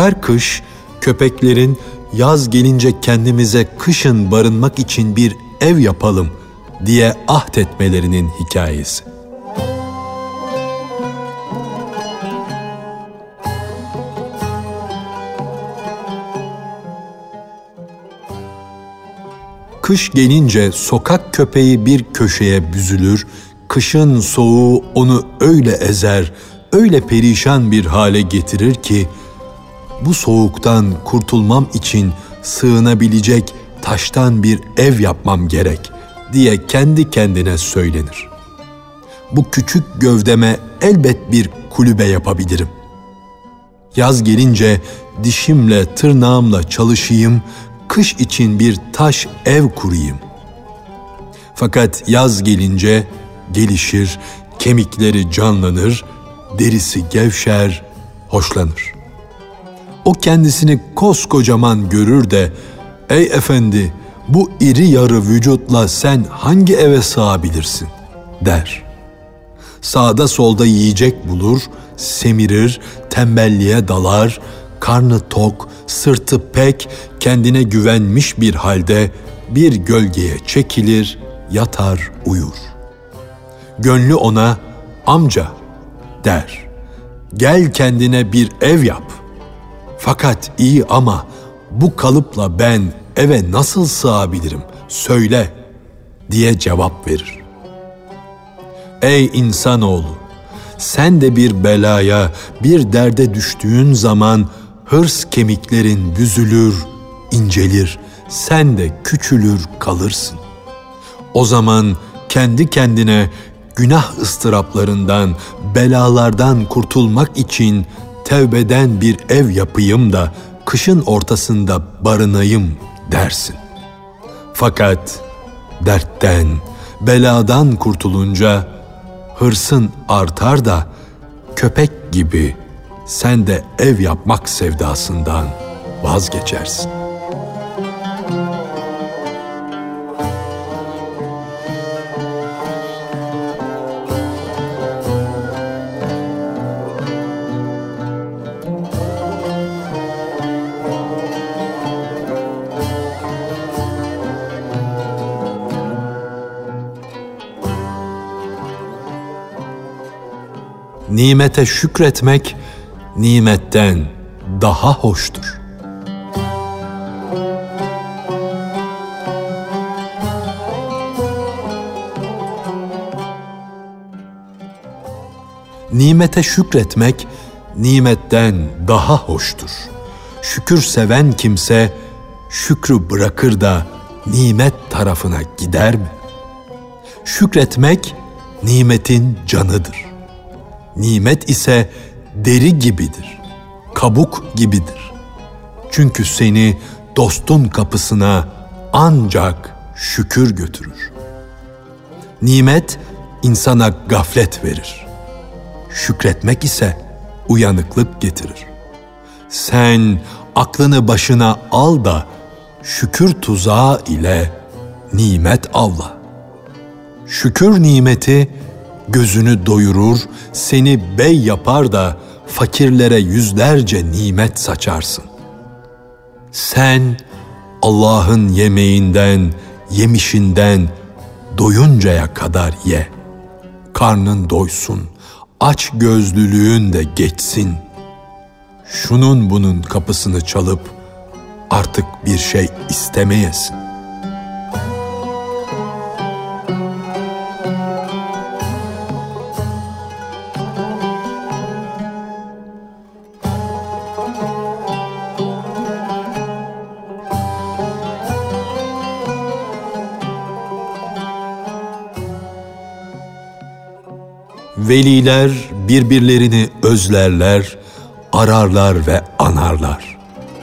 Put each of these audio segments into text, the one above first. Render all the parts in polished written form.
Her kış köpeklerin yaz gelince kendimize kışın barınmak için bir ev yapalım diye ahdetmelerinin hikayesi. Kış gelince sokak köpeği bir köşeye büzülür, kışın soğuğu onu öyle ezer, öyle perişan bir hale getirir ki, bu soğuktan kurtulmam için sığınabilecek taştan bir ev yapmam gerek diye kendi kendine söylenir. Bu küçük gövdeme elbet bir kulübe yapabilirim. Yaz gelince dişimle tırnağımla çalışayım, kış için bir taş ev kurayım. Fakat yaz gelince gelişir, kemikleri canlanır, derisi gevşer, hoşlanır. O kendisini koskocaman görür de, "Ey efendi, bu iri yarı vücutla sen hangi eve sığabilirsin?" der. Sağda solda yiyecek bulur, semirir, tembelliğe dalar, karnı tok, sırtı pek, kendine güvenmiş bir halde bir gölgeye çekilir, yatar, uyur. Gönlü ona, "Amca," der, "gel kendine bir ev yap. Fakat iyi ama bu kalıpla ben eve nasıl sığabilirim, söyle," diye cevap verir. Ey insanoğlu, sen de bir belaya, bir derde düştüğün zaman hırs kemiklerin büzülür, incelir, sen de küçülür kalırsın. O zaman kendi kendine günah ıstıraplarından, belalardan kurtulmak için tevbeden bir ev yapayım da kışın ortasında barınayım dersin. Fakat dertten, beladan kurtulunca hırsın artar da köpek gibi sen de ev yapmak sevdasından vazgeçersin. Nimete şükretmek, nimetten daha hoştur. Nimete şükretmek, nimetten daha hoştur. Şükür seven kimse, şükrü bırakır da nimet tarafına gider mi? Şükretmek, nimetin canıdır. Nimet ise deri gibidir, kabuk gibidir. Çünkü seni dostun kapısına ancak şükür götürür. Nimet insana gaflet verir. Şükretmek ise uyanıklık getirir. Sen aklını başına al da şükür tuzağı ile nimet avla. Şükür nimeti gözünü doyurur, seni bey yapar da fakirlere yüzlerce nimet saçarsın. Sen Allah'ın yemeğinden, yemişinden doyuncaya kadar ye. Karnın doysun, aç gözlülüğün de geçsin. Şunun bunun kapısını çalıp artık bir şey istemeyesin. Veliler birbirlerini özlerler, ararlar ve anarlar.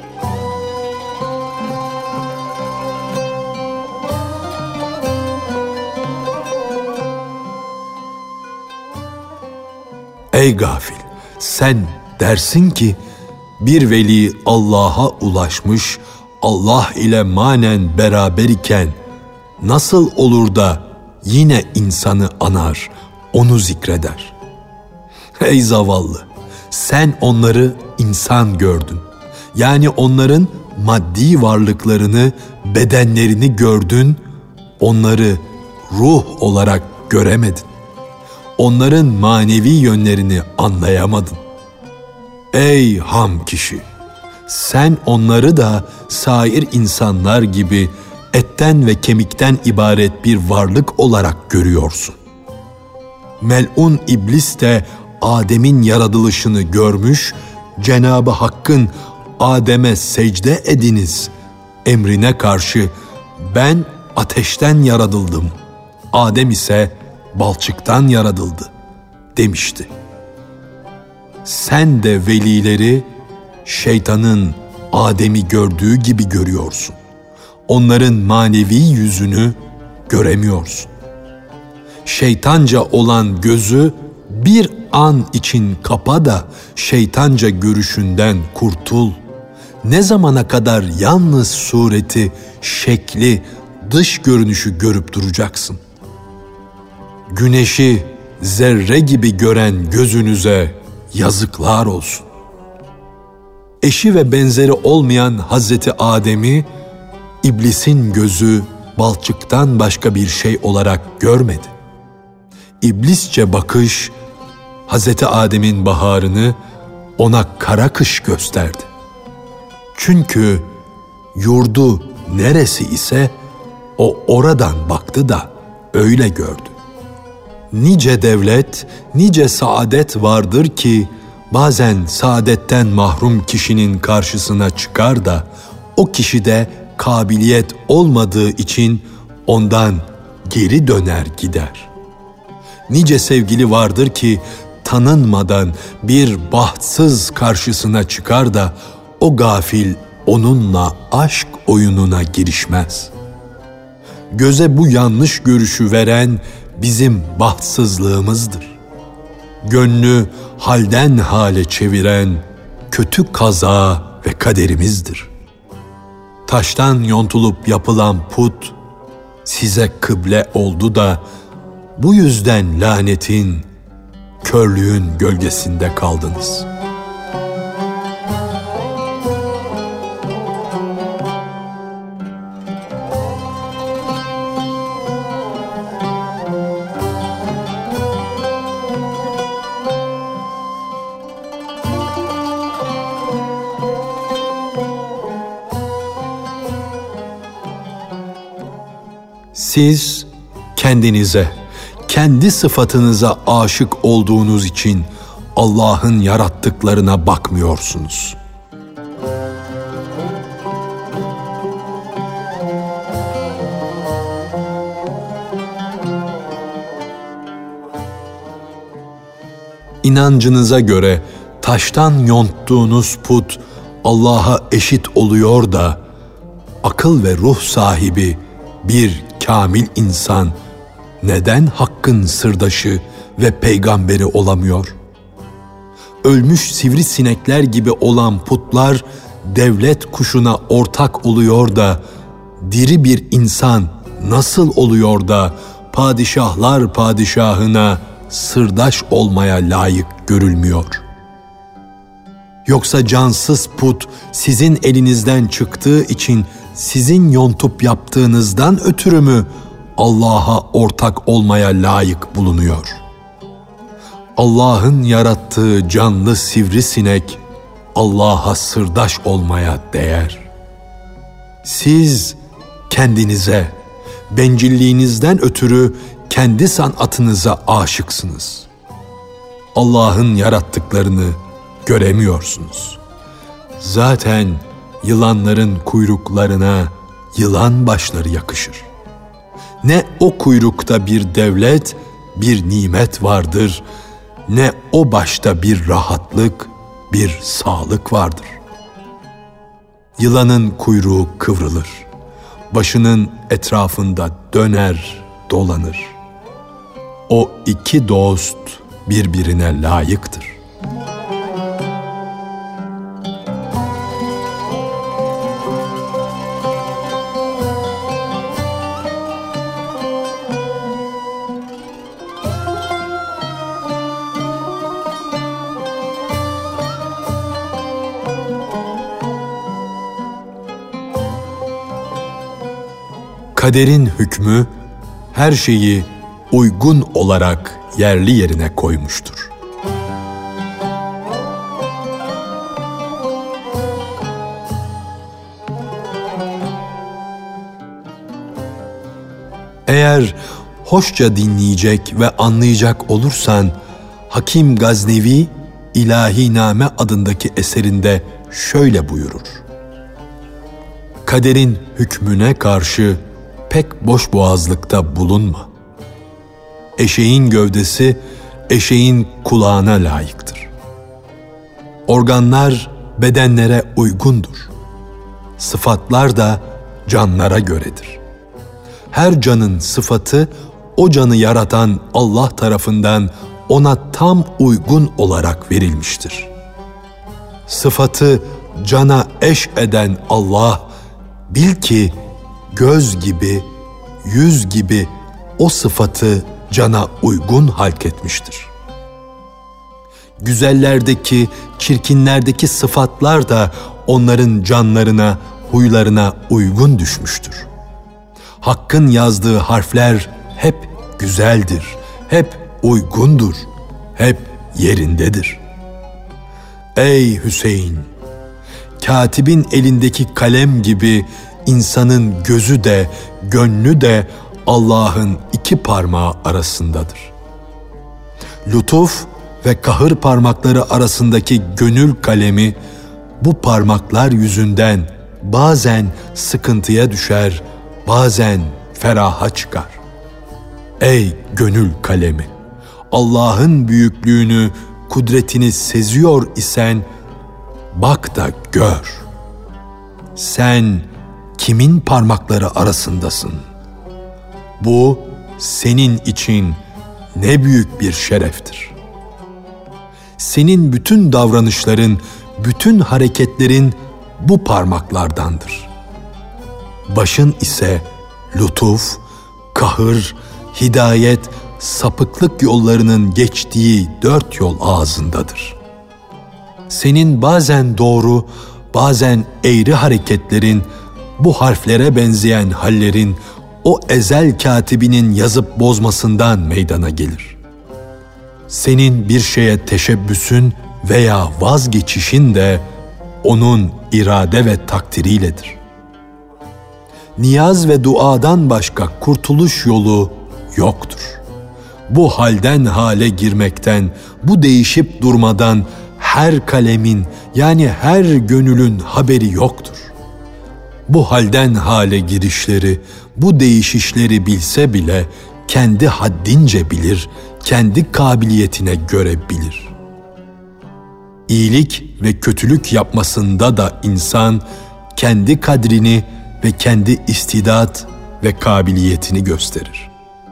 Ey gafil, sen dersin ki bir veli Allah'a ulaşmış, Allah ile manen beraber iken nasıl olur da yine insanı anar, onu zikreder? Ey zavallı, sen onları insan gördün. Yani onların maddi varlıklarını, bedenlerini gördün, onları ruh olarak göremedin. Onların manevi yönlerini anlayamadın. Ey ham kişi! Sen onları da sair insanlar gibi etten ve kemikten ibaret bir varlık olarak görüyorsun. Mel'un iblis de Adem'in yaratılışını görmüş, Cenab-ı Hakk'ın Adem'e secde ediniz emrine karşı ben ateşten yaratıldım, Adem ise balçıktan yaratıldı demişti. Sen de velileri şeytanın Adem'i gördüğü gibi görüyorsun. Onların manevi yüzünü göremiyorsun. Şeytanca olan gözü bir an için kapa da şeytanca görüşünden kurtul. Ne zamana kadar yalnız sureti, şekli, dış görünüşü görüp duracaksın? Güneşi zerre gibi gören gözünüze yazıklar olsun. Eşi ve benzeri olmayan Hazreti Adem'i İblisin gözü balçıktan başka bir şey olarak görmedi. İblisçe bakış Hazreti Adem'in baharını ona kara kış gösterdi. Çünkü yurdu neresi ise o oradan baktı da öyle gördü. Nice devlet, nice saadet vardır ki bazen saadetten mahrum kişinin karşısına çıkar da o kişide kabiliyet olmadığı için ondan geri döner gider. Nice sevgili vardır ki tanınmadan bir bahtsız karşısına çıkar da o gafil onunla aşk oyununa girişmez. Göze bu yanlış görüşü veren bizim bahtsızlığımızdır. Gönlü halden hale çeviren kötü kaza ve kaderimizdir. Taştan yontulup yapılan put size kıble oldu da bu yüzden lanetin, körlüğün gölgesinde kaldınız. Siz kendinize, kendi sıfatınıza aşık olduğunuz için Allah'ın yarattıklarına bakmıyorsunuz. İnancınıza göre taştan yonttuğunuz put Allah'a eşit oluyor da akıl ve ruh sahibi bir kamil insan neden Hakk'ın sırdaşı ve peygamberi olamıyor? Ölmüş sivrisinekler gibi olan putlar devlet kuşuna ortak oluyor da diri bir insan nasıl oluyor da padişahlar padişahına sırdaş olmaya layık görülmüyor? Yoksa cansız put sizin elinizden çıktığı için sizin yontup yaptığınızdan ötürü mü Allah'a ortak olmaya layık bulunuyor? Allah'ın yarattığı canlı sivrisinek Allah'a sırdaş olmaya değer. Siz kendinize, bencilliğinizden ötürü kendi sanatınıza aşıksınız. Allah'ın yarattıklarını göremiyorsunuz. Zaten yılanların kuyruklarına yılan başları yakışır. Ne o kuyrukta bir devlet, bir nimet vardır, ne o başta bir rahatlık, bir sağlık vardır. Yılanın kuyruğu kıvrılır, başının etrafında döner, dolanır. O iki dost birbirine layıktır. Kaderin hükmü her şeyi uygun olarak yerli yerine koymuştur. Eğer hoşça dinleyecek ve anlayacak olursan, Hakim Gaznevi İlahiname adındaki eserinde şöyle buyurur: kaderin hükmüne karşı pek boşboğazlıkta bulunma. Eşeğin gövdesi eşeğin kulağına layıktır. Organlar bedenlere uygundur. Sıfatlar da canlara göredir. Her canın sıfatı o canı yaratan Allah tarafından ona tam uygun olarak verilmiştir. Sıfatı cana eş eden Allah, bil ki göz gibi, yüz gibi o sıfatı cana uygun halketmiştir. Güzellerdeki, çirkinlerdeki sıfatlar da onların canlarına, huylarına uygun düşmüştür. Hakk'ın yazdığı harfler hep güzeldir, hep uygundur, hep yerindedir. Ey Hüseyin! Katibin elindeki kalem gibi insanın gözü de, gönlü de Allah'ın iki parmağı arasındadır. Lütuf ve kahır parmakları arasındaki gönül kalemi, bu parmaklar yüzünden bazen sıkıntıya düşer, bazen feraha çıkar. Ey gönül kalemi! Allah'ın büyüklüğünü, kudretini seziyor isen, bak da gör. Sen kimin parmakları arasındasın? Bu senin için ne büyük bir şereftir. Senin bütün davranışların, bütün hareketlerin bu parmaklardandır. Başın ise lütuf, kahır, hidayet, sapıklık yollarının geçtiği dört yol ağzındadır. Senin bazen doğru, bazen eğri hareketlerin, bu harflere benzeyen hallerin, o ezel katibinin yazıp bozmasından meydana gelir. Senin bir şeye teşebbüsün veya vazgeçişin de onun irade ve takdiriyledir. Niyaz ve duadan başka kurtuluş yolu yoktur. Bu halden hale girmekten, bu değişip durmadan her kalemin, yani her gönülün haberi yoktur. Bu halden hale girişleri, bu değişişleri bilse bile kendi haddince bilir, kendi kabiliyetine göre bilir. İyilik ve kötülük yapmasında da insan kendi kadrini ve kendi istidat ve kabiliyetini gösterir.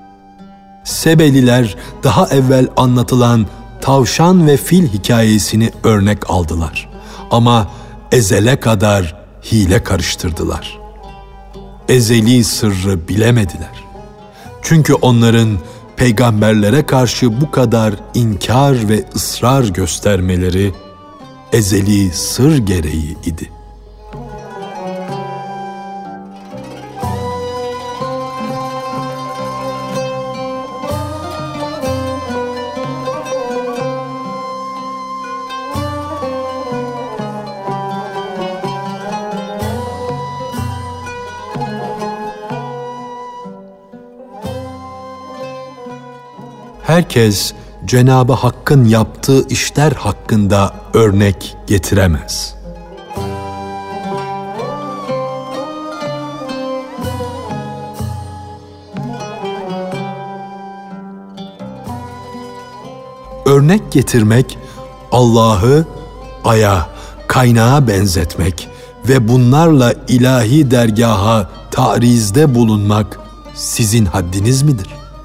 Sebeliler daha evvel anlatılan tavşan ve fil hikayesini örnek aldılar. Ama ezele kadar hile karıştırdılar. Ezeli sırrı bilemediler. Çünkü onların peygamberlere karşı bu kadar inkar ve ısrar göstermeleri ezeli sır gereği idi. Herkes Cenab-ı Hakk'ın yaptığı işler hakkında örnek getiremez. Örnek getirmek, Allah'ı aya, kaynağa benzetmek ve bunlarla ilahi dergaha tarizde bulunmak sizin haddiniz midir?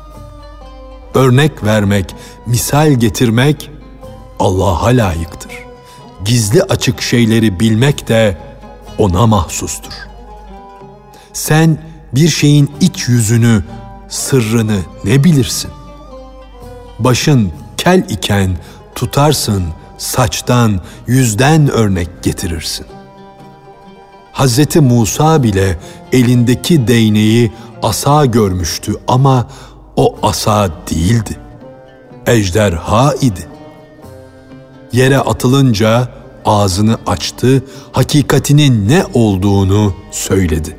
Örnek vermek, misal getirmek Allah'a layıktır. Gizli açık şeyleri bilmek de ona mahsustur. Sen bir şeyin iç yüzünü, sırrını ne bilirsin? Başın kel iken tutarsın, saçtan, yüzden örnek getirirsin. Hazreti Musa bile elindeki değneği asa görmüştü ama o asa değildi. Ejderha idi. Yere atılınca ağzını açtı, hakikatinin ne olduğunu söyledi.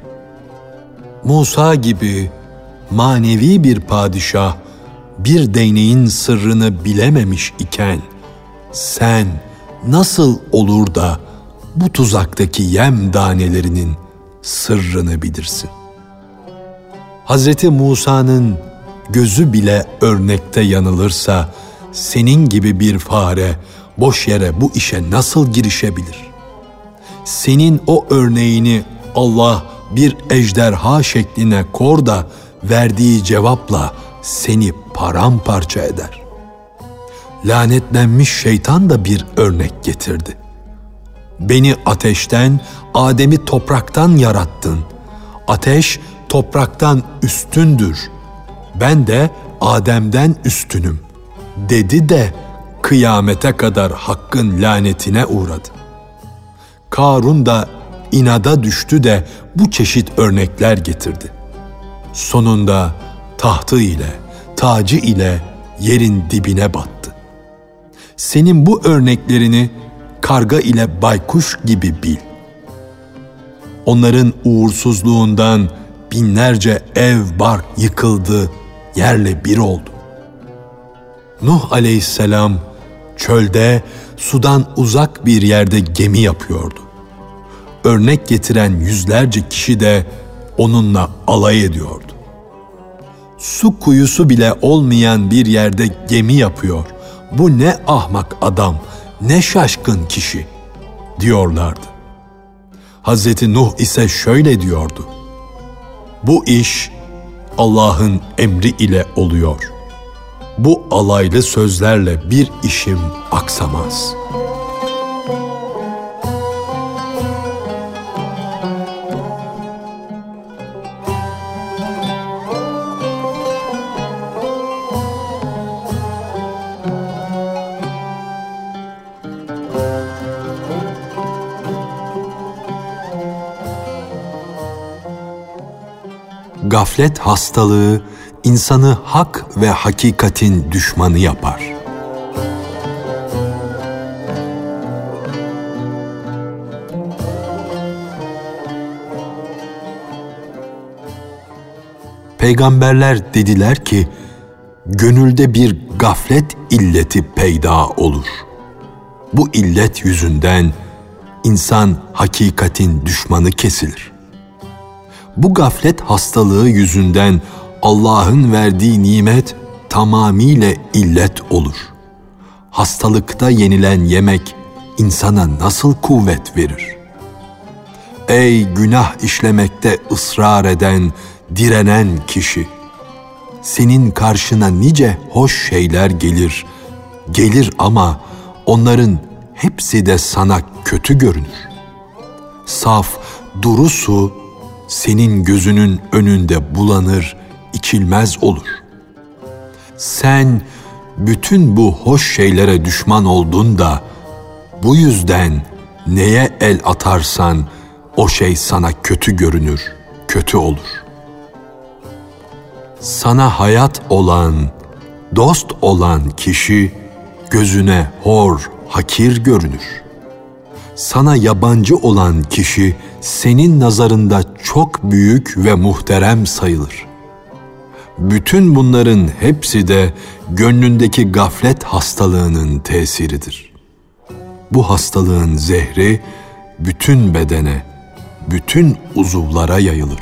Musa gibi manevi bir padişah bir değneğin sırrını bilememiş iken sen nasıl olur da bu tuzaktaki yem danelerinin sırrını bilirsin? Hazreti Musa'nın gözü bile örnekte yanılırsa senin gibi bir fare boş yere bu işe nasıl girişebilir? Senin o örneğini Allah bir ejderha şekline kor da verdiği cevapla seni paramparça eder. Lanetlenmiş şeytan da bir örnek getirdi. Beni ateşten, Adem'i topraktan yarattın. Ateş topraktan üstündür. Ben de Adem'den üstünüm dedi de kıyamete kadar Hakk'ın lanetine uğradı. Karun da inada düştü de bu çeşit örnekler getirdi. Sonunda tahtı ile, tacı ile yerin dibine battı. Senin bu örneklerini karga ile baykuş gibi bil. Onların uğursuzluğundan binlerce ev bark yıkıldı, yerle bir oldu. Nuh aleyhisselam çölde, sudan uzak bir yerde gemi yapıyordu. Örnek getiren yüzlerce kişi de onunla alay ediyordu. Su kuyusu bile olmayan bir yerde gemi yapıyor. Bu ne ahmak adam, ne şaşkın kişi diyorlardı. Hazreti Nuh ise şöyle diyordu: bu iş Allah'ın emri ile oluyor. Bu alaylı sözlerle bir işim aksamaz. Gaflet hastalığı insanı hak ve hakikatin düşmanı yapar. Peygamberler dediler ki, gönülde bir gaflet illeti peyda olur. Bu illet yüzünden insan hakikatin düşmanı kesilir. Bu gaflet hastalığı yüzünden Allah'ın verdiği nimet tamamıyla illet olur. Hastalıkta yenilen yemek insana nasıl kuvvet verir? Ey günah işlemekte ısrar eden, direnen kişi! Senin karşına nice hoş şeyler gelir ama onların hepsi de sana kötü görünür. Saf, duru su senin gözünün önünde bulanır, içilmez olur. Sen bütün bu hoş şeylere düşman oldun da bu yüzden neye el atarsan o şey sana kötü görünür, kötü olur. Sana hayat olan, dost olan kişi gözüne hor, hakir görünür. Sana yabancı olan kişi senin nazarında çok büyük ve muhterem sayılır. Bütün bunların hepsi de gönlündeki gaflet hastalığının tesiridir. Bu hastalığın zehri bütün bedene, bütün uzuvlara yayılır.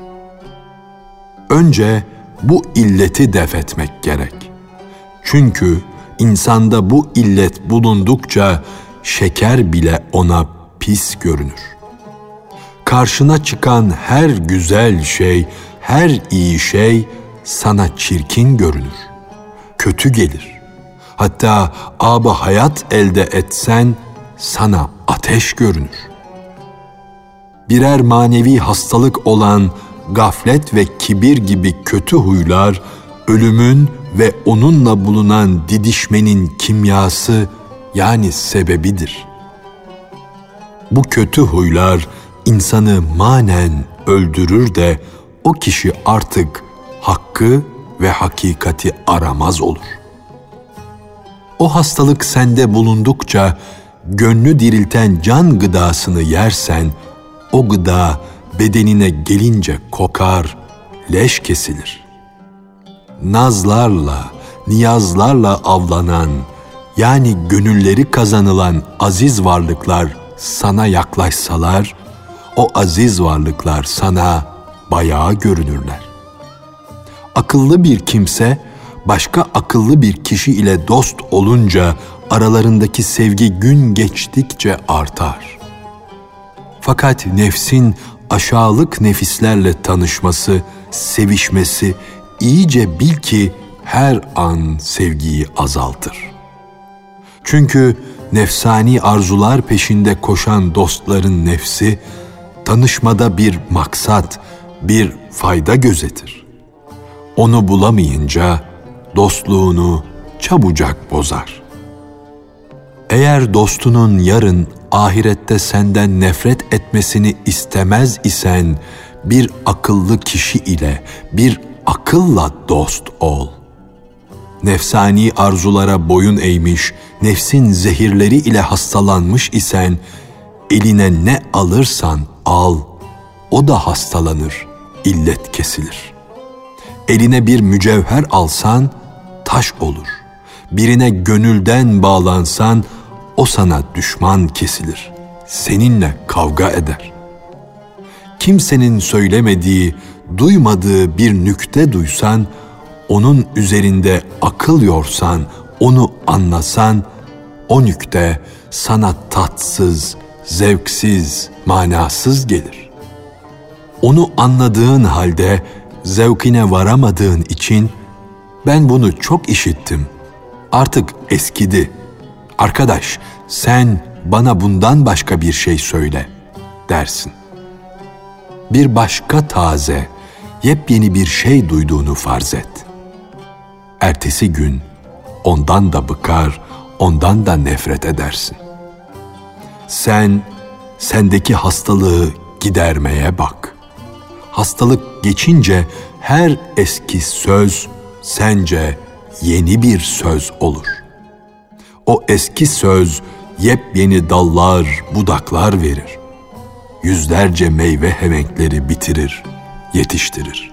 Önce bu illeti def etmek gerek. Çünkü insanda bu illet bulundukça şeker bile ona pis görünür. Karşına çıkan her güzel şey, her iyi şey sana çirkin görünür. Kötü gelir. Hatta âb-ı hayat elde etsen sana ateş görünür. Birer manevi hastalık olan gaflet ve kibir gibi kötü huylar, ölümün ve onunla bulunan didişmenin kimyası yani sebebidir. Bu kötü huylar insanı manen öldürür de o kişi artık hakkı ve hakikati aramaz olur. O hastalık sende bulundukça gönlü dirilten can gıdasını yersen, o gıda bedenine gelince kokar, leş kesilir. Nazlarla, niyazlarla avlanan, yani gönülleri kazanılan aziz varlıklar sana yaklaşsalar, o aziz varlıklar sana bayağı görünürler. Akıllı bir kimse, başka akıllı bir kişi ile dost olunca aralarındaki sevgi gün geçtikçe artar. Fakat nefsin aşağılık nefislerle tanışması, sevişmesi iyice bil ki her an sevgiyi azaltır. Çünkü nefsani arzular peşinde koşan dostların nefsi, tanışmada bir maksat, bir fayda gözetir. Onu bulamayınca dostluğunu çabucak bozar. Eğer dostunun yarın ahirette senden nefret etmesini istemez isen, bir akıllı kişi ile, bir akılla dost ol. Nefsani arzulara boyun eğmiş, nefsin zehirleri ile hastalanmış isen, eline ne alırsan al, o da hastalanır, illet kesilir. Eline bir mücevher alsan, taş olur. Birine gönülden bağlansan, o sana düşman kesilir. Seninle kavga eder. Kimsenin söylemediği, duymadığı bir nükte duysan, onun üzerinde akıl yorsan, onu anlasan, o nükte sana tatsız, zevksiz, manasız gelir. Onu anladığın halde zevkine varamadığın için, ben bunu çok işittim, artık eskidi. Arkadaş, sen bana bundan başka bir şey söyle dersin. Bir başka taze, yepyeni bir şey duyduğunu farz et. Ertesi gün ondan da bıkar, ondan da nefret edersin. Sen sendeki hastalığı gidermeye bak. Hastalık geçince her eski söz sence yeni bir söz olur. O eski söz yepyeni dallar, budaklar verir. Yüzlerce meyve hevenkleri bitirir, yetiştirir.